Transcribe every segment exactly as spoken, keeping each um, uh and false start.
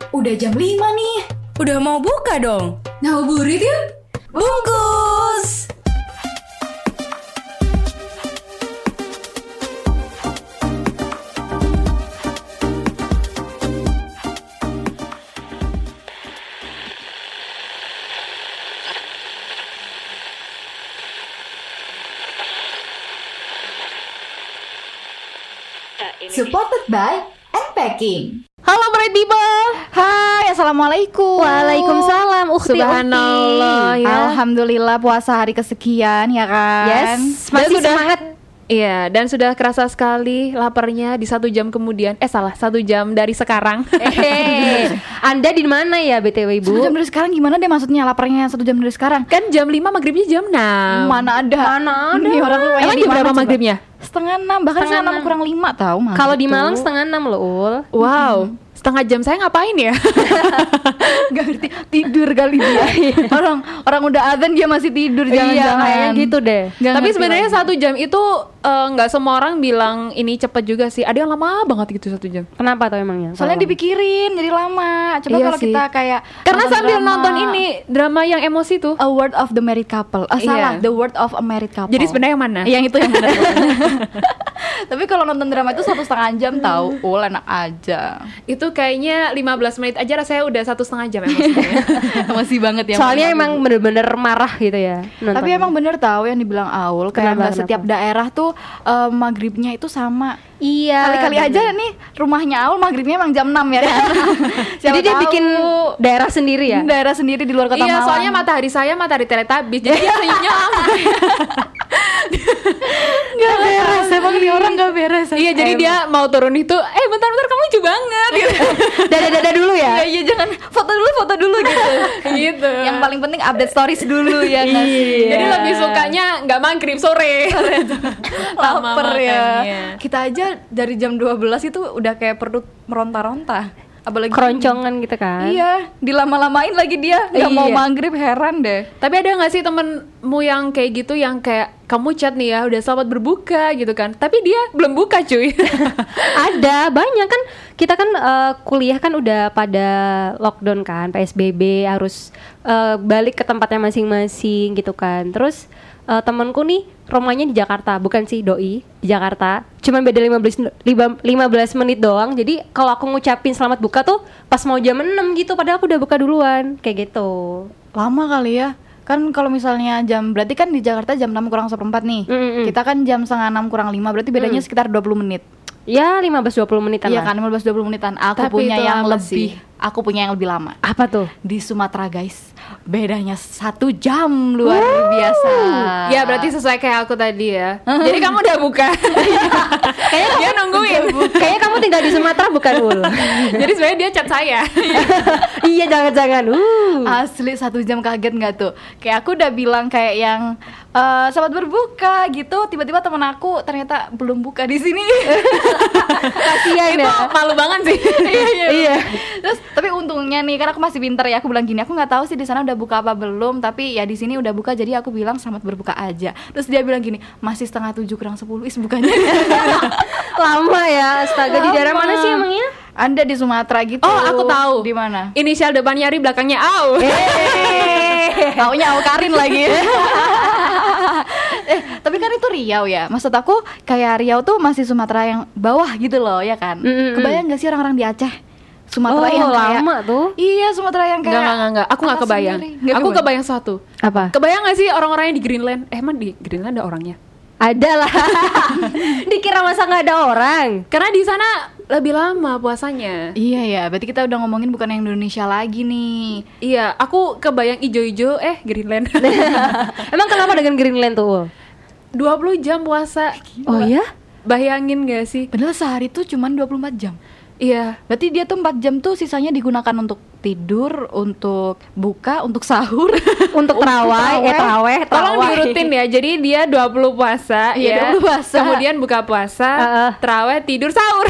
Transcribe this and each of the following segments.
Udah jam lima nih. Udah mau buka dong. Ngabuburit yuk. Bungkus. Supported by Unpacking. Halo Bright People. Hai, assalamualaikum. Waalaikumsalam. Ukti, Subhanallah ukti. ya. Alhamdulillah puasa hari kesekian ya kan. Yes, masih sudah- semangat. Iya, dan sudah kerasa sekali laparnya di satu jam kemudian. Eh salah, satu jam dari sekarang. Eh, Anda di mana ya B T W Ibu? Satu jam dari sekarang gimana deh maksudnya laparnya satu jam dari sekarang? Kan jam lima maghribnya jam enam. Mana ada? Mana ada? Nih orang rumahnya Emang di jam mana berapa coba? maghribnya? Setengah enam, bahkan Setengah setengah enam enam. kurang lima tahu mas. Kalau di Malang setengah enam loh Ul. Wow, setengah jam saya ngapain ya? nggak ngerti tidur kali dia. orang orang udah azan dia masih tidur Iya, jangan-jangan. kayaknya gitu deh. Nggak Tapi ngerti sebenarnya lagi. satu jam itu eh, nggak semua orang bilang ini cepet juga sih. Ada yang lama banget gitu satu jam. Kenapa tuh emangnya? Soalnya dipikirin jadi lama. Coba Iya kalau sih. kita kayak Karena nonton sambil drama, nonton ini drama yang emosi tuh. A Word of the Married Couple. Ah, Iya. salah, The Word of a Married Couple. Jadi sebenarnya yang mana? Yang itu yang benar. Tapi kalau nonton drama itu satu setengah jam tahu, oh enak aja. Itu kayaknya lima belas menit aja rasanya udah satu setengah jam emosinya. Masih banget ya. Soalnya Bang. emang bener-bener marah gitu ya. nontonnya. Tapi emang bener tahu yang dibilang Aul, kayak Kenapa, nggak setiap kenapa? daerah tuh eh, maghribnya itu sama. iya. Kali-kali aja nih rumahnya Aul maghribnya emang jam enam ya kan. Siapa Jadi dia tahu bikin daerah sendiri ya. daerah sendiri di luar kota Iya, Malang. soalnya matahari saya matahari Teletubbies. Jadi dia senyumnya lama. Gak beres, emang nih orang gak beres. Iya, jadi dia mau turun itu, eh bentar-bentar kamu lucu banget gitu. Dada-dada dulu ya. Iya, iya jangan foto dulu, foto dulu gitu. Gitu. Yang paling penting update stories dulu ya kan. Iya. Jadi lebih sukanya nggak maghrib sore. Lama Laper ya. makannya. Kita aja dari jam dua belas itu udah kayak perut meronta-ronta. Apalagi Keroncongan gitu kan. Iya, dilama-lamain lagi dia. Gak mau Iya. maghrib, heran deh. Tapi ada nggak sih temenmu yang kayak gitu, yang kayak kamu chat nih ya udah selamat berbuka gitu kan, tapi dia belum buka cuy. Ada banyak kan, kita kan eh, kuliah kan udah pada lockdown kan, P S B B, harus eh, balik ke tempatnya masing-masing gitu kan. Terus eh, temanku nih rumahnya di Jakarta, bukan sih doi di Jakarta, cuman beda lima belas lima- lima belas menit doang. Jadi kalau aku ngucapin selamat buka tuh pas mau jam enam gitu, padahal aku udah buka duluan kayak gitu. Lama kali ya. Kan kalau misalnya jam, berarti kan di Jakarta jam enam kurang seperempat nih. Mm-mm. Kita kan jam setengah enam kurang lima, berarti bedanya sekitar dua puluh menit. Ya lima belas dua puluh menitan Iya lah. kan, lima belas dua puluh menitan. Aku Tapi punya itu yang lama lebih, sih. aku punya yang lebih lama. Apa tuh? Di Sumatera guys, bedanya satu jam, luar biasa. Ya berarti sesuai kayak aku tadi ya. Jadi kamu udah buka. Kayaknya dia nungguin. Kayaknya kamu tinggal di Sumatera bukan Ul? Jadi sebenarnya dia chat saya. Iya jangan-jangan. Uh. Asli satu jam, kaget nggak tuh? Kayak aku udah bilang kayak yang eh, selamat berbuka gitu, tiba-tiba temen aku ternyata belum buka di sini. Kasian Itu ya. malu banget sih. Iya. Terus tapi untungnya nih, karena aku masih pinter ya, aku bilang gini, aku nggak tahu sih di sana udah buka apa belum, tapi ya di sini udah buka, jadi aku bilang selamat berbuka aja. Terus dia bilang gini, masih setengah tujuh kurang sepuluh, is bukanya. Lama ya, astaga. Di daerah Lama. mana sih emangnya? Anda di Sumatera gitu. Oh, aku tahu. Di mana? Inisial depannya Ari, belakangnya Au. Taunya Aukarin lagi. eh, tapi kan itu Riau ya. Maksud aku kayak Riau tuh masih Sumatera yang bawah gitu loh, ya kan? Mm-mm. Kebayang gak sih orang-orang di Aceh? Sumatera Oh, yang kayak lama tuh. Iya, Sumatera yang kayak Enggak, enggak, enggak, enggak. Aku enggak atas kebayang. sendiri. Nggak Aku kebayang. kebayang satu. Apa? Kebayang gak sih orang-orangnya di Greenland? Eh, emang di Greenland ada orangnya? Ada lah. Dikira masa nggak ada orang. Karena di sana lebih lama puasanya. Iya ya, berarti kita udah ngomongin bukan yang Indonesia lagi nih. Iya, aku kebayang ijo-ijo, eh Greenland. Emang kenapa dengan Greenland tuh? Ul? dua puluh jam puasa. Oh ya? Bayangin gak sih? Padahal sehari tuh cuma dua puluh empat jam. Iya. Berarti dia tuh empat jam tuh sisanya digunakan untuk tidur, untuk buka, untuk sahur. Untuk terawih, eh terawih, Tolong terawih. diurutin ya. Jadi dia dua puluh puasa Iya, ya. dua puluh puasa. Kemudian buka puasa, Heeh. terawih, tidur, sahur.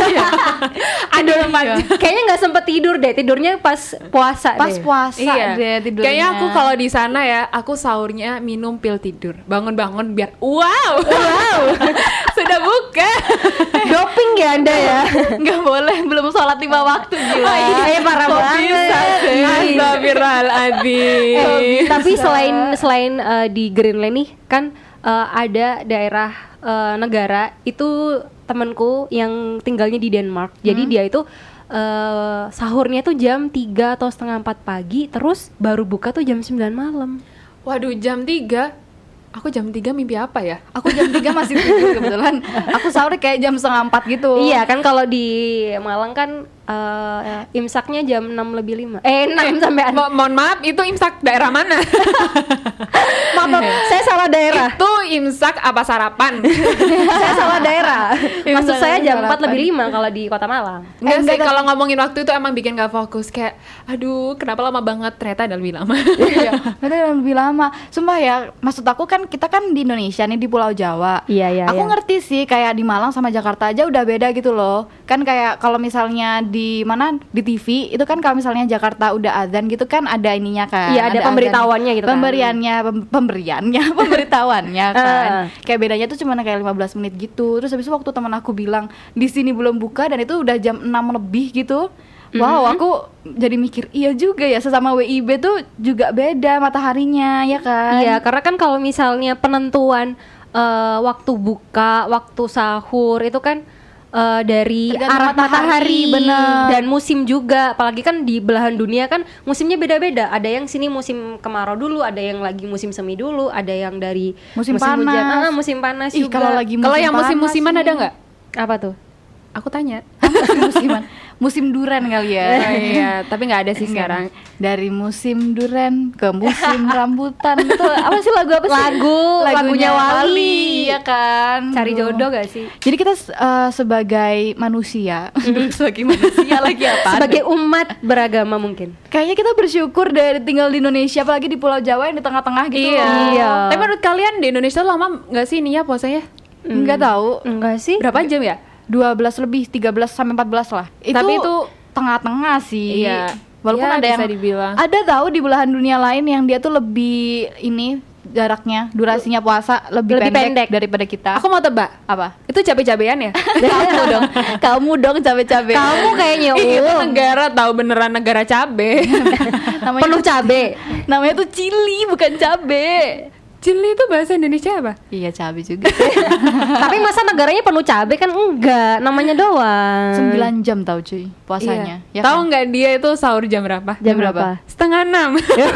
Ada empat jam. Kayaknya nggak sempet tidur deh, tidurnya pas puasa Pas deh. puasa Iya. deh tidurnya. Kayaknya aku kalau di sana ya, aku sahurnya minum pil tidur. Bangun-bangun biar wow. Wow. Sudah buka. Doping ya Anda ya. nggak boleh, belum sholat lima waktu gila. Oh, iya, parah Kok banget. bisa sih? Astagfirullahaladzim. Eh, tapi selain selain eh, di Greenland nih kan eh, ada daerah eh, negara itu temanku yang tinggalnya di Denmark. Jadi dia itu eh, sahurnya tuh jam tiga atau setengah empat pagi, terus baru buka tuh jam sembilan malam. Waduh, jam tiga. Aku jam tiga mimpi apa ya? Aku jam tiga masih tidur kebetulan. Aku sahur kayak jam setengah empat gitu. Iya kan kalau di Malang kan eh, imsaknya jam enam lebih lima. Eh enam sampai Mo- mohon maaf, itu imsak daerah mana? maaf, maaf, saya salah daerah. Itu imsak apa sarapan? Saya salah daerah. Maksud Imsak saya jam sarapan. empat lebih lima kalau di Kota Malang. Enggak Eh, sih, enggak, kalau ngomongin waktu itu emang bikin gak fokus. Kayak, aduh kenapa lama banget, ternyata ada lebih lama. Iya, padahal lebih lama. Sumpah ya, maksud aku kan kita kan di Indonesia nih, di Pulau Jawa. Iya, iya, Aku iya. ngerti sih kayak di Malang sama Jakarta aja udah beda gitu loh. Kan kayak kalau misalnya di mana di T V itu kan kalau misalnya Jakarta udah azan gitu kan ada ininya kan. Iya, ada azan. pemberitahuannya gitu kan. Pemberiannya, pem- pemberiannya, pemberitahuannya kan. Ah. Kayak bedanya tuh cuma kayak lima belas menit gitu. Terus habis itu waktu teman aku bilang di sini belum buka dan itu udah jam enam lebih gitu. Wow, Mhm. aku jadi mikir iya juga ya, sesama W I B tuh juga beda mataharinya ya kan. Iya, karena kan kalau misalnya penentuan eh, waktu buka, waktu sahur itu kan eh, dari Tergantung arah matahari, matahari, bener. dan musim juga. Apalagi kan di belahan dunia kan musimnya beda-beda. Ada yang sini musim kemarau dulu, ada yang lagi musim semi dulu, ada yang dari Musim hujan, panas. ah, musim panas Ih, juga. kalau lagi Kalau musim yang panas musim-musiman nih. ada nggak? Apa tuh? Aku tanya. musiman, musim duren kali ya. Oh, iya, tapi nggak ada sih Enggak. sekarang. Dari musim duren ke musim rambutan. Itu apa sih lagu apa sih? Lagu, lagunya Wali. ya kan. Cari Duh. jodoh gak sih? Jadi kita uh, sebagai manusia, sebagai manusia lagi apa? Sebagai umat beragama mungkin. Kayaknya kita bersyukur dari tinggal di Indonesia, apalagi di Pulau Jawa yang di tengah-tengah gitu. Iya. loh. Iya. Tapi menurut kalian di Indonesia lama nggak sih ininya puasanya? Enggak tahu. Enggak sih? Berapa jam ya? dua belas lebih, tiga belas sampai empat belas lah. Itu Tapi itu- tengah-tengah sih. Iya. Walaupun Ya, ada bisa yang dibilang. ada tahu di belahan dunia lain yang dia tuh lebih ini jaraknya, durasinya puasa lebih, Lebih pendek, pendek. daripada kita. Aku mau tebak. apa? Itu cabe-cabean ya? Kamu dong. Kamu dong cabe-cabe. Kamu kayaknya Ih, itu Ul. negara tahu beneran negara cabe. namanya Penuh tuh- cabe. Namanya tuh chili bukan cabe. Cili itu bahasa Indonesia apa? Iya, cabe juga. Tapi masa negaranya penuh cabe kan enggak, namanya doang. sembilan jam tahu cuy puasanya. Iya. Ya Tahu kan? nggak dia itu sahur jam berapa? Jam berapa? berapa? Setengah enam.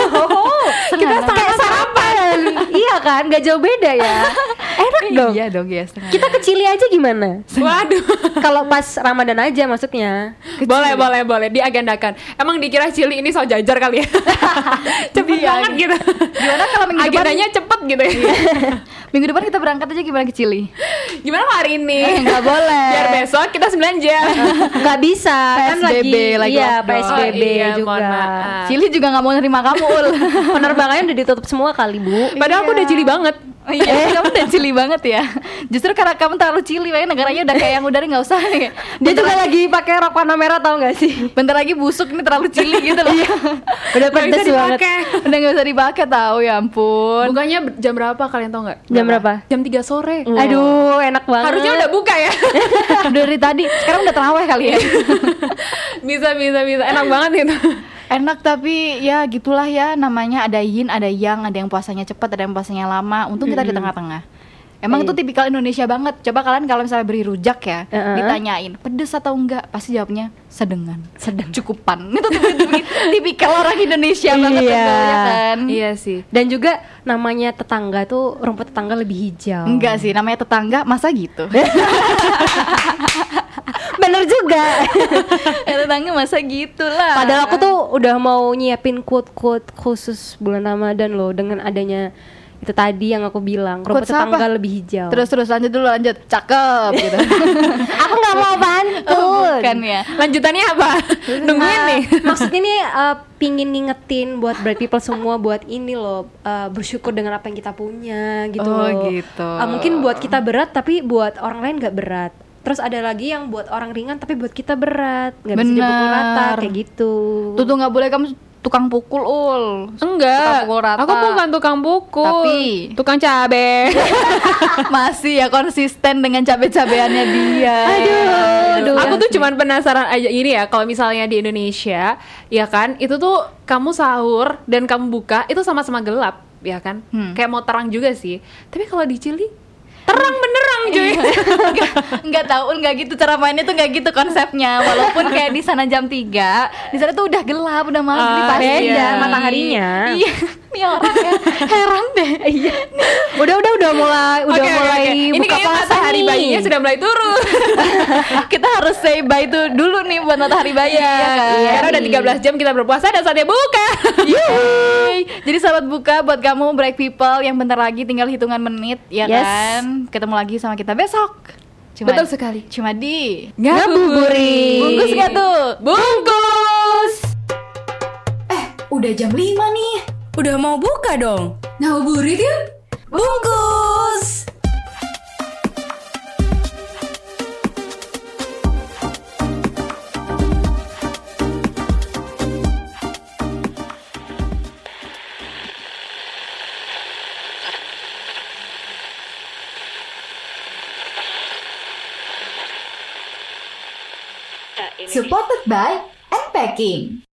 Oh, kita kayak sarapan. Iya kan, nggak jauh beda ya. Enak dong. Iya dong ya setengah. Kita ke Chili aja gimana? Waduh. Kalau pas Ramadan aja maksudnya. Boleh, boleh, boleh. Diagendakan. Emang dikira Cili ini so jajar kali ya? Cepet Iya. banget gitu. Gimana kalau minggu depan? Agendanya cepet gitu ya. Minggu depan kita berangkat aja gimana ke Chili? Gimana kalau hari ini? Eh, nggak boleh. Biar besok kita sembilan jam. Nggak bisa, kan P S B B lagi, lagi iya lockdown. P S B B Oh, iya, juga. mohon maaf. Chili juga nggak mau nerima kamu, Ul. Penerbangannya udah ditutup semua kali, Bu. Padahal aku udah Cili banget. Oh, iya, kamu udah Chili banget ya. Justru karena kamu terlalu Chili, makanya negaranya udah kayak yang udah nggak usah. Dia Bentar juga lagi, lagi pakai rok warna merah tau gak sih? bentar lagi busuk ini terlalu Chili gitu loh. Udah Nggak bisa pedes banget. dipakai. Udah nggak usah dipakai tahu ya ampun. Bukannya jam berapa kalian tau nggak? Jam berapa? Jam tiga sore. Aduh, enak banget. Harusnya udah buka ya. Dari tadi, sekarang udah terawih kali ya. Bisa, bisa, bisa. Enak banget itu. Enak tapi ya gitulah ya, namanya ada yin, ada yang, ada yang puasanya cepat, ada yang puasanya lama. Untung kita di tengah-tengah. Emang itu tipikal Indonesia banget. Coba kalian kalau misalnya beri rujak ya, Uh-uh. ditanyain pedes atau enggak, pasti jawabnya sedengan, sedang, cukupan. Itu tipikal, tipikal orang Indonesia banget Iya. ya kan. Iya sih. Dan juga namanya tetangga tuh, rumput tetangga lebih hijau. Enggak sih, namanya tetangga masa gitu. Bener juga. Ya, tetangga masa gitu lah. Padahal aku tuh udah mau nyiapin quote-quote khusus bulan Ramadan loh, dengan adanya Itu tadi yang aku bilang, rumput Quotes apa? tetangga lebih hijau. Terus terus lanjut dulu lanjut. Cakep gitu. Aku nggak mau pantun. Oh, bukan ya. Lanjutannya apa? Nungguin Ah, nih. maksudnya nih uh, pingin ngingetin buat bright people semua buat ini loh, uh, bersyukur dengan apa yang kita punya gitu Oh, loh. gitu. Uh, mungkin buat kita berat tapi buat orang lain nggak berat. Terus ada lagi yang buat orang ringan tapi buat kita berat, nggak bisa Bener. dipukul rata kayak gitu. Tuh tuh nggak boleh kamu tukang pukul ul. Tukang Enggak, pukul rata. aku bukan tukang pukul, Tapi- tukang cabe. Masih ya konsisten dengan cabe-cabeannya dia. Aduh, Aku tuh cuman penasaran aja ini ya, kalau misalnya di Indonesia, ya kan, itu tuh kamu sahur dan kamu buka itu sama-sama gelap, ya kan? Hmm. Kayak mau terang juga sih. Tapi kalau di Chili terang benerang cuy. Nggak, nggak tahu nggak gitu cara mainnya tuh nggak gitu konsepnya, walaupun kayak di sana jam tiga di sana tuh udah gelap udah maghrib Ah, pasti. beda mataharinya. Iya, nih orang ya heran deh. Iya. Udah udah udah mulai udah Oke, oke, mulai oke. Ini buka kayaknya puasa matahari nih. bayinya sudah mulai turun. Kita harus say bye tuh dulu nih buat matahari bayi ya kan. Karena udah tiga belas jam kita berpuasa dan saatnya buka. Yeay. Jadi sahabat buka buat kamu bright people yang bentar lagi tinggal hitungan menit ya Yes. kan. Ketemu lagi sama kita besok. Cuma, Betul sekali. Cuma di Ngabuburit. bungkus gak tuh? Bungkus. Eh, udah jam lima nih. Udah mau buka dong. Ngabuburit yuk. Bungkus. Supported by Unpacking.